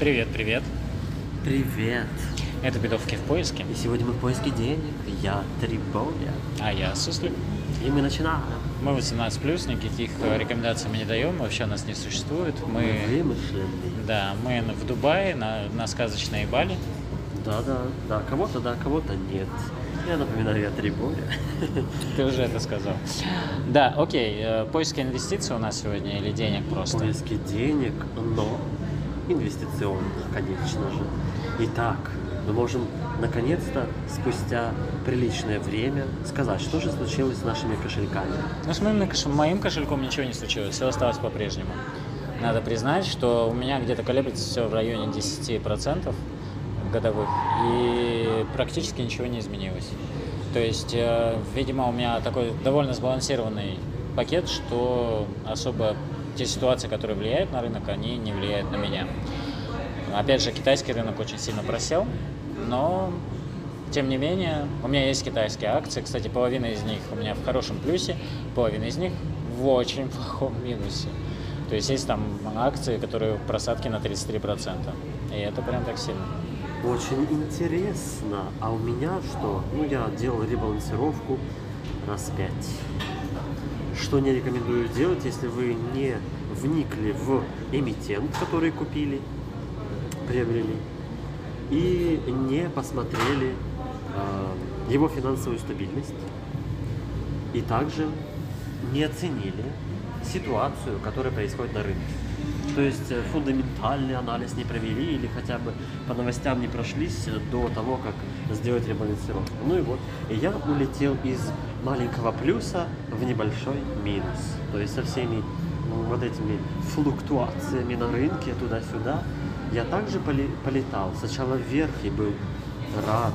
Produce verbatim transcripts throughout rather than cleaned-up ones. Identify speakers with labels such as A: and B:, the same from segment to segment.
A: Привет, привет.
B: Привет.
A: Это «Бедовки в поиске»,
B: И сегодня мы в поиске денег. Я Триболя.
A: а я Суслик.
B: И мы начинаем.
A: Мы восемнадцать плюс, никаких э, рекомендаций мы не даем, вообще нас не существует.
B: Мы
A: Мы,
B: вымышленные.
A: да, мы в Дубае, на, на сказочной Бали.
B: Да-да, да. Кого-то да, кого-то нет. Я напоминаю, я Триболя.
A: Ты уже это сказал. Да, окей, э, поиски инвестиций у нас сегодня или денег просто?
B: Поиски денег, но инвестиционных, конечно же. Итак, мы можем наконец-то, спустя приличное время, сказать, что же случилось с нашими кошельками.
A: Ну, с моим, кош- моим кошельком ничего не случилось, все осталось по-прежнему. Надо признать, что у меня где-то колеблется все в районе десяти процентов годовых, и практически ничего не изменилось. То есть, э, видимо, у меня такой довольно сбалансированный пакет, что особо те ситуации, которые влияют на рынок, они не влияют на меня. Опять же, китайский рынок очень сильно просел, но, тем не менее, у меня есть китайские акции. Кстати, половина из них у меня в хорошем плюсе, половина из них в очень плохом минусе. То есть есть там акции, которые в просадке на тридцать три процента. И это прям так сильно.
B: Очень интересно. А у меня что? Ну, я делал ребалансировку раз пять. Что не рекомендую делать, если вы не вникли в эмитент, который купили, приобрели, и не посмотрели э, его финансовую стабильность, и также не оценили ситуацию, которая происходит на рынке. То есть э, фундаментальный анализ не провели или хотя бы по новостям не прошлись до того, как сделать ребалансировку. Ну и вот, и я улетел из маленького плюса в небольшой минус. То есть со всеми ну, вот этими флуктуациями на рынке туда-сюда я также поли- полетал. Сначала вверх и был рад.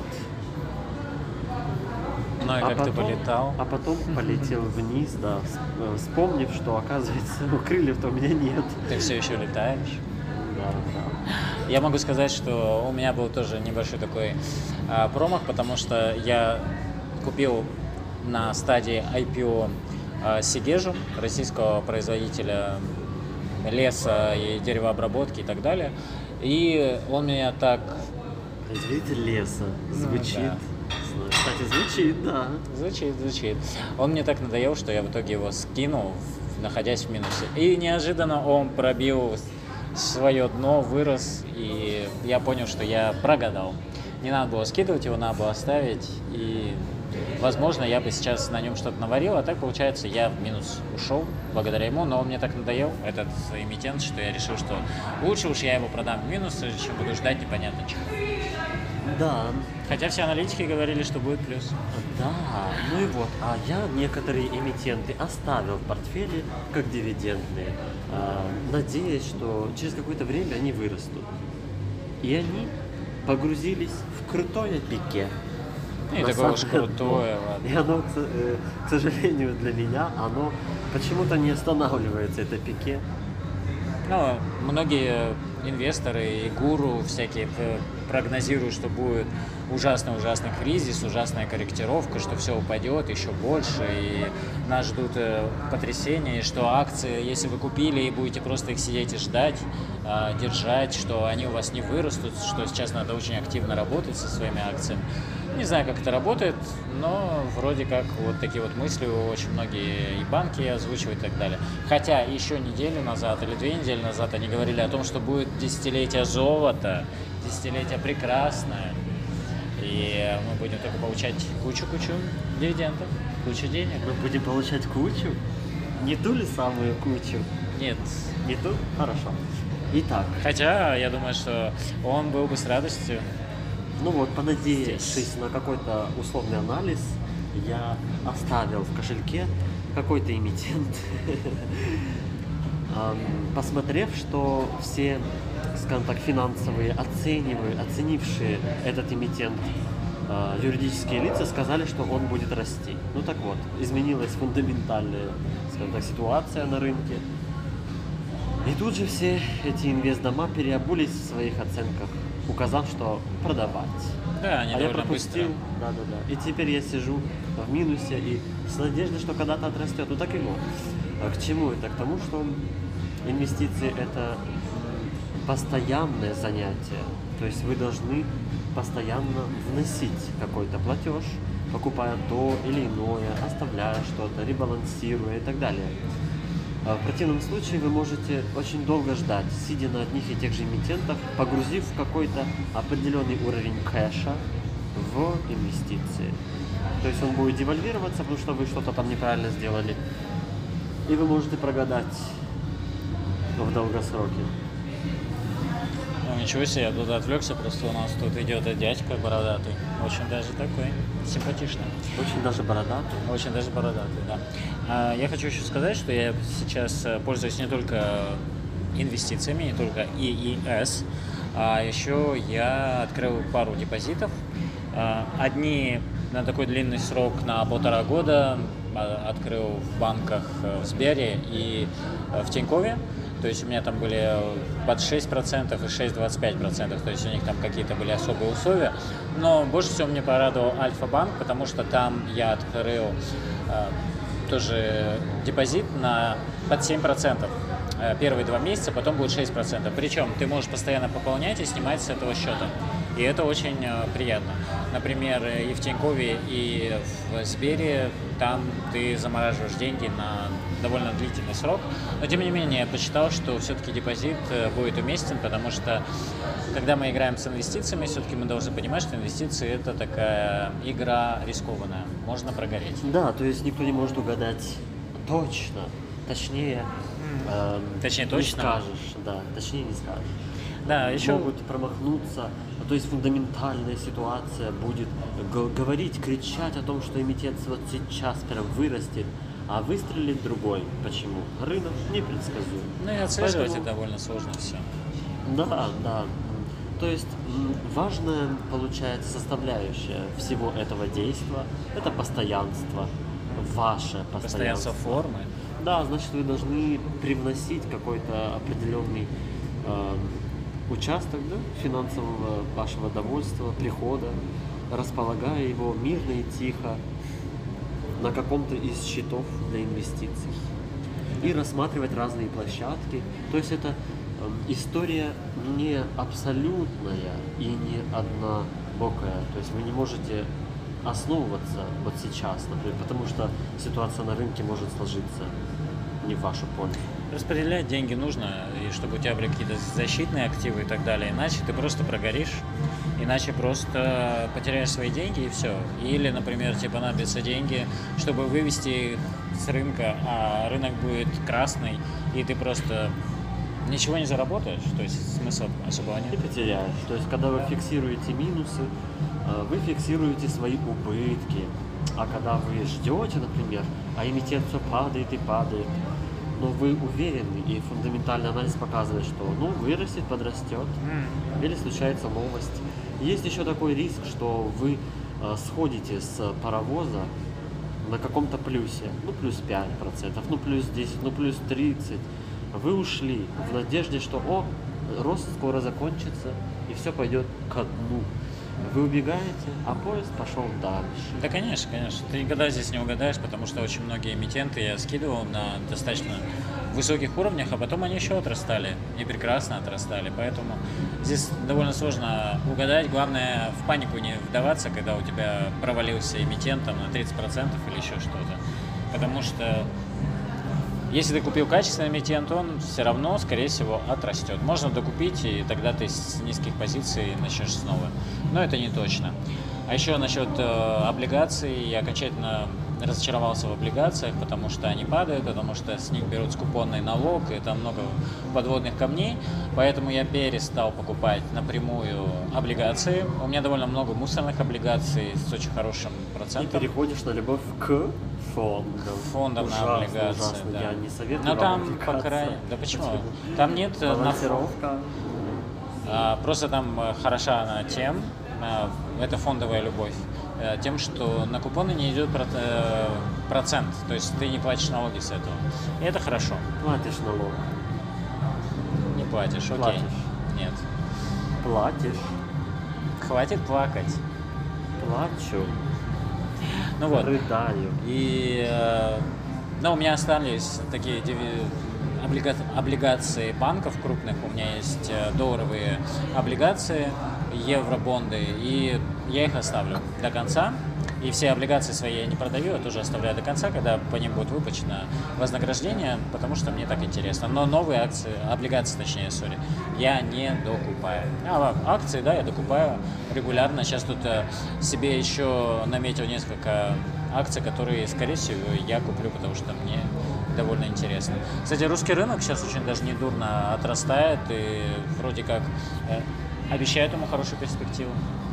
A: Ну и
B: А
A: как ты
B: потом,
A: полетал?
B: а потом полетел вниз, да, с- э, вспомнив, что, оказывается, крыльев-то у меня нет.
A: Ты все еще летаешь?
B: Да, да.
A: Я могу сказать, что у меня был тоже небольшой такой а, промах, потому что я купил на стадии ай пи о а, Сигежу, российского производителя леса и деревообработки и так далее. И он меня так
B: Производитель леса. Звучит.
A: да.
B: Кстати, звучит, да.
A: звучит, звучит. Он мне так надоел, что я в итоге его скинул, находясь в минусе. И неожиданно он пробил свое дно, вырос, и я понял, что я прогадал. Не надо было скидывать его, надо было оставить, и, возможно, я бы сейчас на нем что-то наварил, а так, получается, я в минус ушел благодаря ему, но он мне так надоел, этот эмитент, что я решил, что лучше уж я его продам в минус, чем буду ждать непонятно чего.
B: Да,
A: Хотя все аналитики говорили, что будет плюс.
B: да. Ну и вот, а я некоторые эмитенты оставил в портфеле как дивидендные, а, надеясь, что через какое-то время они вырастут. И они погрузились в крутое пике.
A: Не
B: На
A: такое уж
B: самом-
A: крутое, ладно.
B: И оно, к с- э, к сожалению, для меня, оно почему-то не останавливается, это пике.
A: Ну, многие инвесторы и гуру всякие п- прогнозируют, что будет ужасный-ужасный кризис, ужасная корректировка, что все упадет еще больше, и нас ждут э, потрясения, и что акции, если вы купили и будете просто их сидеть и ждать, э, держать, что они у вас не вырастут, что сейчас надо очень активно работать со своими акциями. Не знаю, как это работает, но вроде как вот такие вот мысли очень многие и банки озвучивают и так далее. Хотя еще неделю назад или две недели назад они говорили о том, что будет десятилетие золота, десятилетие прекрасное, и мы будем только получать кучу-кучу дивидендов, кучу денег.
B: Мы будем получать кучу? Не ту ли самую кучу?
A: Нет.
B: Не ту? Хорошо. Итак,
A: Хотя я думаю, что он был бы с радостью.
B: ну вот, понадеявшись
A: Здесь.
B: на какой-то условный анализ, я оставил в кошельке какой-то эмитент, Ам, посмотрев, что все, скажем так, финансовые оценивые, оценившие этот эмитент а, юридические лица сказали, что он будет расти. Ну так вот, изменилась фундаментальная, скажем так, ситуация на рынке. И тут же все эти инвестдома переобулись в своих оценках, указав, что продавать.
A: Да, они
B: А я
A: довольно
B: пропустил,
A: быстро.
B: да-да-да. И теперь я сижу в минусе и с надеждой, что когда-то отрастет. Ну так и вот. А к чему это? К тому, что инвестиции – это постоянное занятие. То есть вы должны постоянно вносить какой-то платеж, покупая то или иное, оставляя что-то, ребалансируя и так далее. В противном случае вы можете очень долго ждать, сидя на одних и тех же эмитентах, погрузив какой-то определенный уровень кэша в инвестиции. То есть он будет девальвироваться, потому что вы что-то там неправильно сделали. И вы можете прогадать в долгосроке.
A: Ну, ничего себе, я тут отвлекся, просто у нас тут идет дядька бородатый. Очень даже такой симпатичный.
B: Очень даже бородатый.
A: Очень даже бородатый, да. А, я хочу еще сказать, что я сейчас пользуюсь не только инвестициями, не только и и эс, а еще я открыл пару депозитов. Одни на такой длинный срок, на полтора года, открыл в банках в Сбере и в Тинькове. То есть у меня там были под шесть процентов и шесть целых двадцать пять сотых процента, то есть у них там какие-то были особые условия. Но больше всего мне порадовал Альфа-банк, потому что там я открыл э, тоже депозит на под семь процентов. Первые два месяца, потом будет шесть процентов. Причем ты можешь постоянно пополнять и снимать с этого счета. И это очень приятно. Например, и в Тинькове, и в Сбере там ты замораживаешь деньги на довольно длительный срок. Но тем не менее, я посчитал, что все-таки депозит будет уместен, потому что когда мы играем с инвестициями, все-таки мы должны понимать, что инвестиции – это такая игра рискованная. Можно прогореть.
B: Да, то есть никто не может угадать точно. Точнее, э,
A: точнее
B: не
A: точно.
B: скажешь, да, точнее не скажешь.
A: Да, еще
B: могут промахнуться, то есть фундаментальная ситуация будет г- говорить, кричать о том, что эмитент вот сейчас прям вырастет, а выстрелит другой. Почему? Рынок непредсказуем.
A: Ну и отслеживать
B: Поэтому...
A: это довольно сложно все.
B: Да, да. То есть важная, получается, составляющая всего этого действия – это постоянство, ваше постоянство.
A: Постоянство формы.
B: Да, значит, вы должны привносить какой-то определенный э, участок, да, финансового вашего довольства, прихода, располагая его мирно и тихо на каком-то из счетов для инвестиций. И рассматривать разные площадки. То есть это э, история не абсолютная и не однобокая. То есть вы не можете основываться вот сейчас, например, потому что ситуация на рынке может сложиться не в вашу пользу.
A: Распределять деньги нужно, и чтобы у тебя были какие-то защитные активы и так далее, иначе ты просто прогоришь, иначе просто потеряешь свои деньги и все. Или, например, тебе понадобятся деньги, чтобы вывести их с рынка, а рынок будет красный, и ты просто ничего не заработаешь, то есть смысла особого нет.
B: И потеряешь. То есть, когда вы фиксируете минусы, вы фиксируете свои убытки. А когда вы ждете, например, а эмитент все падает и падает, но вы уверены, и фундаментальный анализ показывает, что ну вырастет, подрастет, mm. или случается новость. Есть еще такой риск, что вы э, сходите с паровоза на каком-то плюсе, ну плюс пять процентов, ну плюс десять, ну плюс тридцать. Вы ушли в надежде, что о, рост скоро закончится, и все пойдет ко дну. Вы убегаете, а поезд пошел дальше.
A: Да, конечно, конечно. Ты никогда здесь не угадаешь, потому что очень многие эмитенты я скидывал на достаточно высоких уровнях, а потом они еще отрастали, и прекрасно отрастали. Поэтому здесь довольно сложно угадать. Главное, в панику не вдаваться, когда у тебя провалился эмитент там, на тридцать процентов или еще что-то. Потому что если ты купил качественный эмитент, он все равно, скорее всего, отрастет. Можно докупить, и тогда ты с низких позиций начнешь снова. Но это не точно. А еще насчет э, облигаций. Я окончательно разочаровался в облигациях, потому что они падают, потому что с них берут купонный налог, и там много подводных камней. Поэтому я перестал покупать напрямую облигации. У меня довольно много мусорных облигаций с очень хорошим процентом.
B: И переходишь на любовь к фондам.
A: Фондам
B: ужасно,
A: на облигации,
B: ужасно.
A: да.
B: Я не советую.
A: Но там,
B: облигации.
A: по крайней мере, да почему? Там нет
B: балансировка.
A: А, просто там хороша она тем, а, это фондовая любовь, тем, что на купоны не идет процент, то есть ты не платишь налоги с этого. И это хорошо.
B: Платишь налог.
A: Не платишь, окей.
B: Платишь.
A: Нет.
B: Платишь.
A: Хватит плакать.
B: Плачу.
A: Ну вот.
B: Рыдаю.
A: И, э, ну, у меня остались такие облига- облигации банков крупных, у меня есть э, долларовые облигации, евробонды, и я их оставлю до конца. И все облигации свои я не продаю, я тоже оставляю до конца, когда по ним будет выплачено вознаграждение, потому что мне так интересно. Но новые акции, облигации, точнее, сори, я не докупаю. А акции, да, я докупаю регулярно. Сейчас тут э, себе еще наметил несколько акций, которые, скорее всего, я куплю, потому что мне довольно интересно. Кстати, русский рынок сейчас очень даже недурно отрастает и вроде как э, обещает ему хорошую перспективу.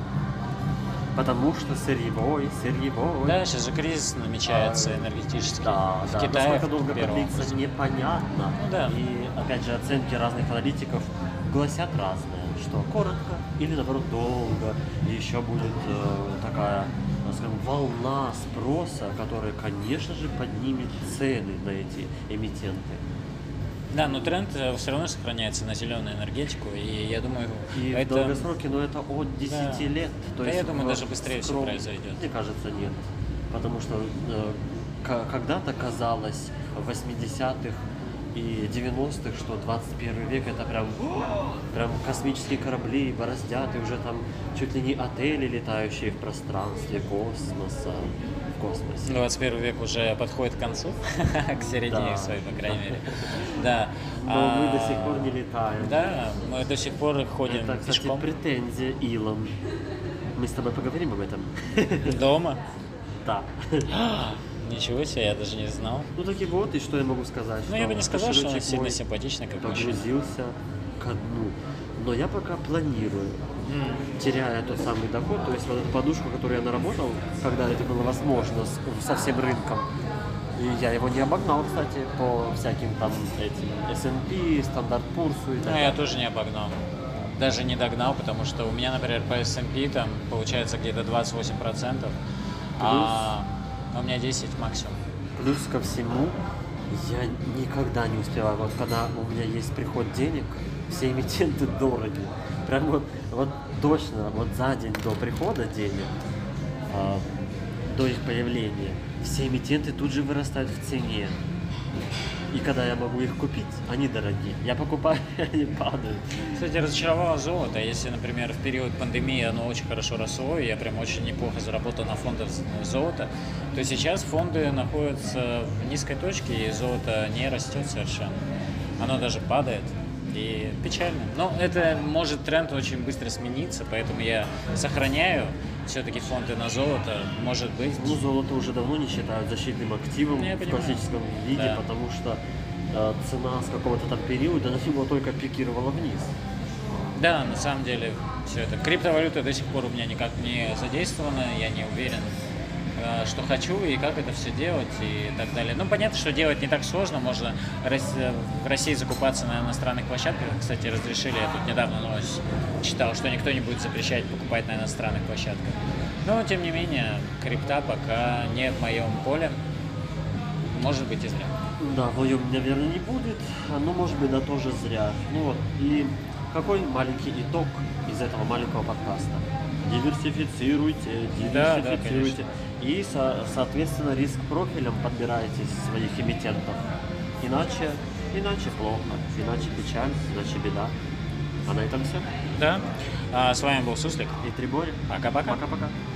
B: Потому что сырьевой, сырьевой.
A: Да, сейчас же кризис намечается
B: А,
A: энергетический.
B: Да,
A: в
B: да.
A: Китае
B: Насколько долго
A: первым
B: продлится,
A: образом.
B: непонятно.
A: Ну да.
B: И опять же оценки разных аналитиков гласят разное, что коротко или наоборот долго. И еще будет э, такая, скажем, волна спроса, которая, конечно же, поднимет цены на эти эмитенты.
A: Да, но тренд все равно сохраняется на зеленую энергетику, и я думаю,
B: И в
A: это...
B: долгосроке, но это от десяти
A: Да.
B: лет. То
A: Да,
B: есть
A: я думаю,
B: в
A: даже быстрее всё
B: скром-
A: произойдет.
B: Мне кажется, нет. Потому что э, к- когда-то казалось в восьмидесятых и девяностых, что двадцать первый век это прям, прям космические корабли бороздят, и уже там чуть ли не отели, летающие в пространстве космоса, в космосе.
A: двадцать первый век уже подходит к концу, к середине
B: Да.
A: своей, по крайней мере. Да.
B: Но мы до
A: А,
B: сих пор не летаем.
A: Да, мы до сих пор ходим
B: Это, кстати,
A: пешком
B: претензия Илон. Мы с тобой поговорим об этом.
A: дома.
B: Да.
A: Ничего себе, я даже не знал.
B: Ну так и вот, и что я могу сказать?
A: Ну, я бы не сказал, что он
B: кошелечек
A: сильно
B: мой
A: симпатичный, как машина.
B: погрузился ко дну. Но я пока планирую, теряя тот самый доход, то есть вот эту подушку, которую я наработал, когда это было возможно с- со всем рынком. И я его не обогнал, кстати, по всяким там этим эс энд пи, Стандарт Пурсу и так
A: Ну,
B: далее.
A: я тоже не обогнал. Даже не догнал, потому что у меня, например, по эс энд пи там получается где-то двадцать восемь процентов, а у меня десять максимум.
B: Плюс ко всему, я никогда не успеваю. Вот когда у меня есть приход денег, все эмитенты дороги. Прям вот, вот точно, вот за день до прихода денег, а, до их появления, все эмитенты тут же вырастают в цене. И когда я могу их купить, они дорогие. Я покупаю, и они падают.
A: Кстати, разочаровало золото. Если, например, в период пандемии оно очень хорошо росло, и я прям очень неплохо заработал на фондах золота, то сейчас фонды находятся в низкой точке, и золото не растет совершенно. Оно даже падает. И печально. Но это может тренд очень быстро смениться, поэтому я сохраняю все-таки фонды на золото. Может быть.
B: Ну, золото уже давно не считают защитным активом
A: Я
B: в
A: понимаю.
B: классическом виде,
A: Да.
B: потому что э, цена с какого-то там периода на него только пикировала вниз.
A: Да, на самом деле все это. Криптовалюта до сих пор у меня никак не задействована, я не уверен, э, что хочу и как это все делать и так далее. Ну, понятно, что делать не так сложно, можно рас- в России закупаться на иностранных площадках. Кстати, разрешили, я тут недавно новость читал, что никто не будет запрещать покупать на иностранных площадках. Но, тем не менее, крипта пока не в моем поле, может быть и зря.
B: Да, в моем, наверное, не будет, но, может быть, да, тоже зря. Ну вот, и какой маленький итог из этого маленького подкаста? Диверсифицируйте,
A: Да, да,
B: диверсифицируйте. И, со- соответственно, риск-профилем подбирайте своих эмитентов. Иначе, иначе плохо, иначе печаль, иначе беда. А на этом все.
A: Да. А с вами был Суслик.
B: И Трибори.
A: Пока-пока.
B: Пока-пока.